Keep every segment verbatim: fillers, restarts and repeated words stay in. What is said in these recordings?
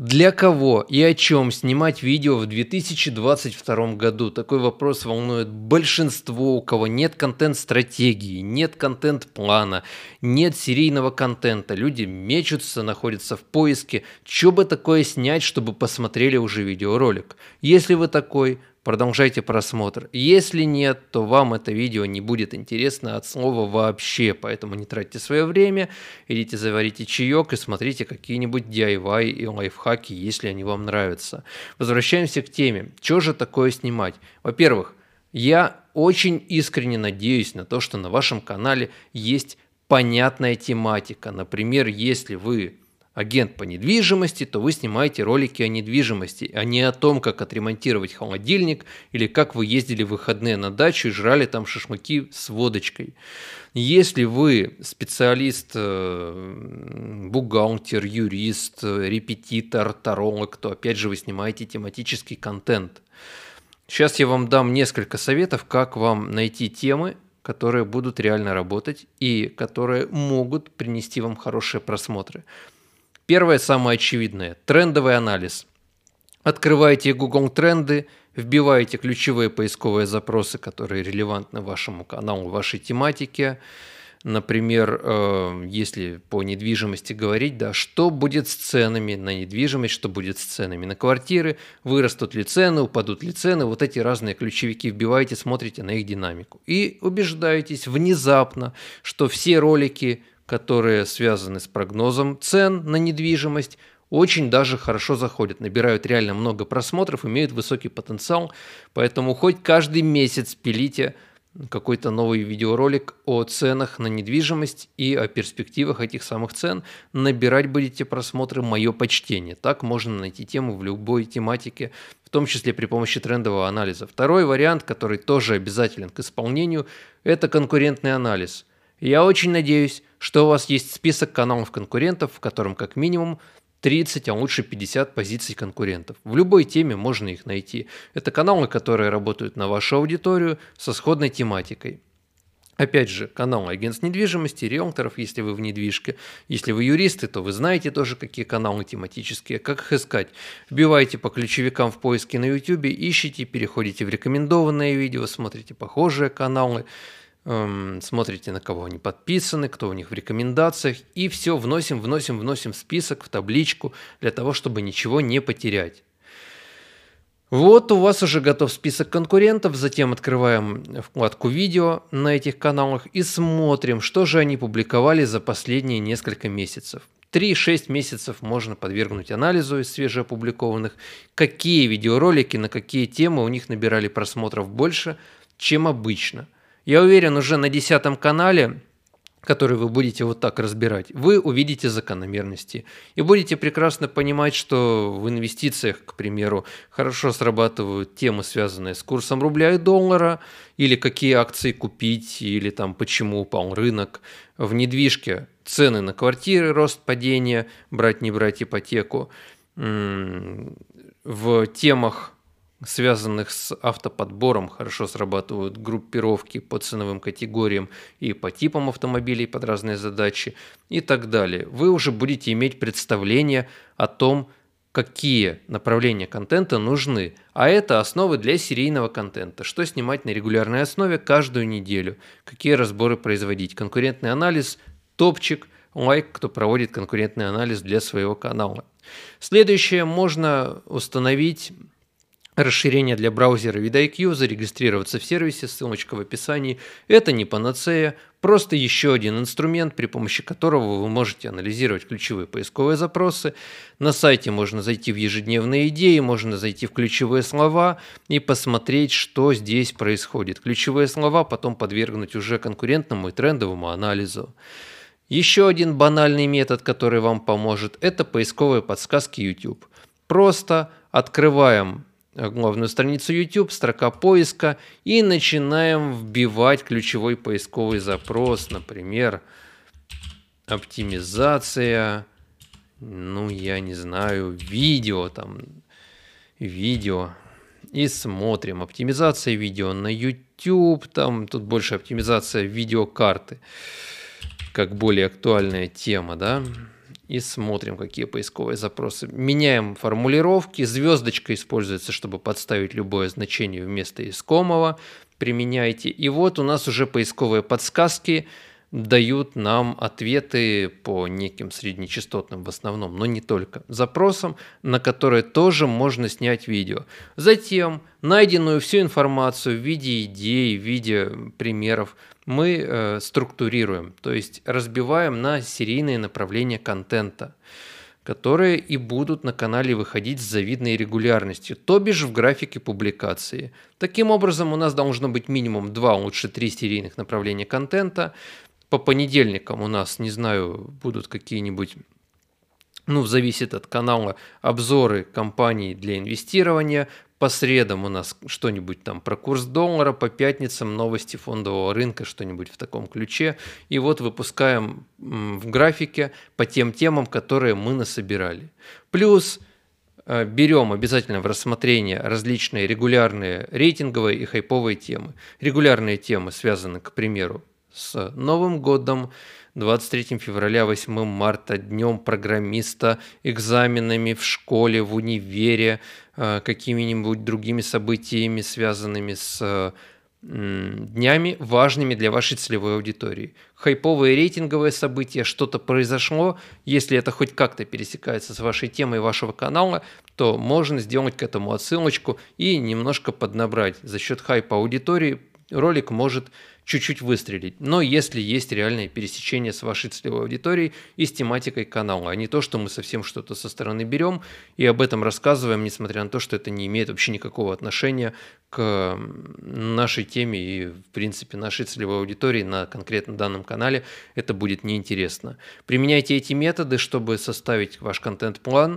Для кого и о чем снимать видео в две тысячи двадцать втором году? Такой вопрос волнует большинство, у кого нет контент-стратегии, нет контент-плана, нет серийного контента. Люди мечутся, находятся в поиске. Что бы такое снять, чтобы посмотрели уже видеоролик? Если вы такой, продолжайте просмотр. Если нет, то вам это видео не будет интересно от слова вообще, поэтому не тратьте свое время, идите заварите чаек и смотрите какие-нибудь ди ай вай и лайфхаки, если они вам нравятся. Возвращаемся к теме. Что же такое снимать? Во-первых, я очень искренне надеюсь на то, что на вашем канале есть понятная тематика. Например, если вы агент по недвижимости, то вы снимаете ролики о недвижимости, а не о том, как отремонтировать холодильник или как вы ездили в выходные на дачу и жрали там шашлыки с водочкой. Если вы специалист, бухгалтер, юрист, репетитор, таролог, то опять же вы снимаете тематический контент. Сейчас я вам дам несколько советов, как вам найти темы, которые будут реально работать и которые могут принести вам хорошие просмотры. Первое, самое очевидное – трендовый анализ. Открываете Google Тренды, вбиваете ключевые поисковые запросы, которые релевантны вашему каналу, вашей тематике. Например, э, если по недвижимости говорить, да, что будет с ценами на недвижимость, что будет с ценами на квартиры, вырастут ли цены, упадут ли цены, вот эти разные ключевики вбиваете, смотрите на их динамику. И убеждаетесь внезапно, что все ролики, которые связаны с прогнозом цен на недвижимость, очень даже хорошо заходят, набирают реально много просмотров, имеют высокий потенциал, поэтому хоть каждый месяц пилите какой-то новый видеоролик о ценах на недвижимость и о перспективах этих самых цен, набирать будете просмотры, мое почтение. Так можно найти тему в любой тематике, в том числе при помощи трендового анализа. Второй вариант, который тоже обязателен к исполнению, это конкурентный анализ. Я очень надеюсь, что у вас есть список каналов конкурентов, в котором как минимум тридцать, а лучше пятьдесят позиций конкурентов. В любой теме можно их найти. Это каналы, которые работают на вашу аудиторию со сходной тематикой. Опять же, каналы агентств недвижимости, риэлторов, если вы в недвижке. Если вы юристы, то вы знаете тоже, какие каналы тематические, как их искать. Вбиваете по ключевикам в поиске на YouTube, ищите, переходите в рекомендованные видео, смотрите похожие каналы, смотрите, на кого они подписаны, кто у них в рекомендациях, и все вносим, вносим, вносим в список, в табличку, для того, чтобы ничего не потерять. Вот у вас уже готов список конкурентов, затем открываем вкладку «Видео» на этих каналах и смотрим, что же они публиковали за последние несколько месяцев. три-шесть месяцев можно подвергнуть анализу из свежеопубликованных, какие видеоролики, на какие темы у них набирали просмотров больше, чем обычно. Я уверен, уже на десятом канале, который вы будете вот так разбирать, вы увидите закономерности и будете прекрасно понимать, что в инвестициях, к примеру, хорошо срабатывают темы, связанные с курсом рубля и доллара, или какие акции купить, или там почему упал рынок. В недвижке цены на квартиры, рост, падение, брать, не брать ипотеку. В темах, связанных с автоподбором, хорошо срабатывают группировки по ценовым категориям и по типам автомобилей под разные задачи и так далее. Вы уже будете иметь представление о том, какие направления контента нужны. А это основы для серийного контента. Что снимать на регулярной основе каждую неделю. Какие разборы производить. Конкурентный анализ, топчик, лайк, кто проводит конкурентный анализ для своего канала. Следующее, можно установить расширение для браузера видайкью, зарегистрироваться в сервисе, ссылочка в описании. Это не панацея, просто еще один инструмент, при помощи которого вы можете анализировать ключевые поисковые запросы. На сайте можно зайти в ежедневные идеи, можно зайти в ключевые слова и посмотреть, что здесь происходит. Ключевые слова потом подвергнуть уже конкурентному и трендовому анализу. Еще один банальный метод, который вам поможет, это поисковые подсказки YouTube. Просто открываем главную страницу YouTube, строка поиска, и начинаем вбивать ключевой поисковый запрос, например, оптимизация, ну, я не знаю, видео, там, видео, и смотрим, оптимизация видео на YouTube, там, тут больше оптимизация видеокарты, как более актуальная тема, да, и смотрим, какие поисковые запросы. Меняем формулировки, звездочка используется, чтобы подставить любое значение вместо искомого. Применяйте. И вот у нас уже поисковые подсказки дают нам ответы по неким среднечастотным в основном, но не только, запросам, на которые тоже можно снять видео. Затем найденную всю информацию в виде идей, в виде примеров мы э, структурируем, то есть разбиваем на серийные направления контента, которые и будут на канале выходить с завидной регулярностью, то бишь в графике публикации. Таким образом, у нас должно быть минимум два, лучше три серийных направления контента. По понедельникам у нас, не знаю, будут какие-нибудь, ну, зависит от канала, обзоры компаний для инвестирования. По средам у нас что-нибудь там про курс доллара, по пятницам новости фондового рынка, что-нибудь в таком ключе. И вот выпускаем в графике по тем темам, которые мы насобирали. Плюс берем обязательно в рассмотрение различные регулярные рейтинговые и хайповые темы. Регулярные темы связаны, к примеру, с Новым годом, двадцать третьего февраля, восьмого марта, Днем программиста, экзаменами в школе, в универе, какими-нибудь другими событиями, связанными с днями, важными для вашей целевой аудитории. Хайповые рейтинговые события, что-то произошло, если это хоть как-то пересекается с вашей темой вашего канала, то можно сделать к этому отсылочку и немножко поднабрать. За счет хайпа аудитории ролик может чуть-чуть выстрелить. Но если есть реальное пересечение с вашей целевой аудиторией и с тематикой канала, а не то, что мы совсем что-то со стороны берем и об этом рассказываем, несмотря на то, что это не имеет вообще никакого отношения к нашей теме и, в принципе, нашей целевой аудитории на конкретно данном канале, это будет неинтересно. Применяйте эти методы, чтобы составить ваш контент-план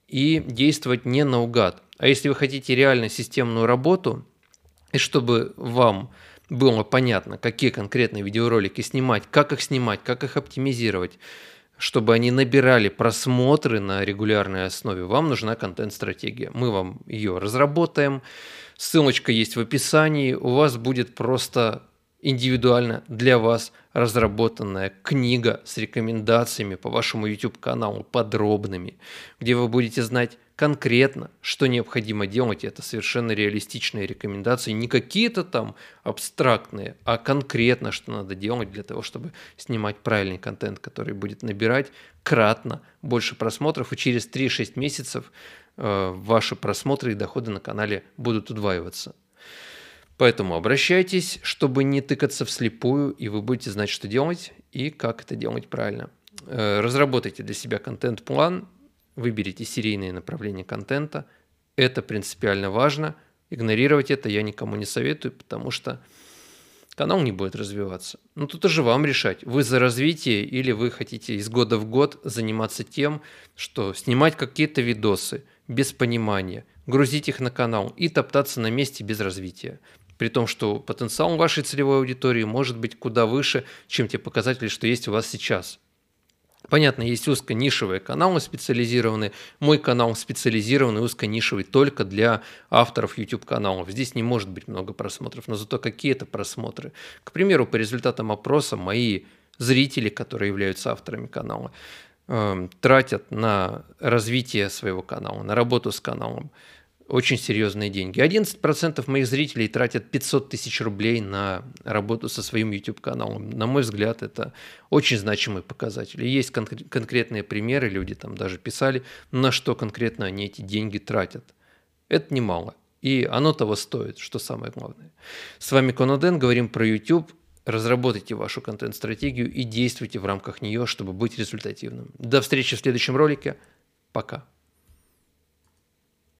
и действовать не наугад. А если вы хотите реально системную работу, и чтобы вам было понятно, какие конкретные видеоролики снимать, как их снимать, как их оптимизировать, чтобы они набирали просмотры на регулярной основе, вам нужна контент-стратегия. Мы вам ее разработаем. Ссылочка есть в описании. У вас будет просто индивидуально для вас разработанная книга с рекомендациями по вашему YouTube-каналу подробными, где вы будете знать конкретно, что необходимо делать. Это совершенно реалистичные рекомендации, не какие-то там абстрактные, а конкретно, что надо делать для того, чтобы снимать правильный контент, который будет набирать кратно больше просмотров, и через три-шесть месяцев э, ваши просмотры и доходы на канале будут удваиваться. Поэтому обращайтесь, чтобы не тыкаться вслепую, и вы будете знать, что делать и как это делать правильно. Разработайте для себя контент-план, выберите серийные направления контента. Это принципиально важно. Игнорировать это я никому не советую, потому что канал не будет развиваться. Но тут уже вам решать, вы за развитие или вы хотите из года в год заниматься тем, что снимать какие-то видосы без понимания, грузить их на канал и топтаться на месте без развития. При том, что потенциал вашей целевой аудитории может быть куда выше, чем те показатели, что есть у вас сейчас. Понятно, есть узко-нишевые каналы специализированные. Мой канал специализированный, узко-нишевый только для авторов YouTube-каналов. Здесь не может быть много просмотров, но зато какие-то просмотры. К примеру, по результатам опроса мои зрители, которые являются авторами канала, э, тратят на развитие своего канала, на работу с каналом очень серьезные деньги. одиннадцать процентов моих зрителей тратят пятьсот тысяч рублей на работу со своим YouTube-каналом. На мой взгляд, это очень значимый показатель. И есть кон- конкретные примеры, люди там даже писали, на что конкретно они эти деньги тратят. Это немало. И оно того стоит, что самое главное. С вами Коноден, говорим про YouTube. Разработайте вашу контент-стратегию и действуйте в рамках нее, чтобы быть результативным. До встречи в следующем ролике. Пока.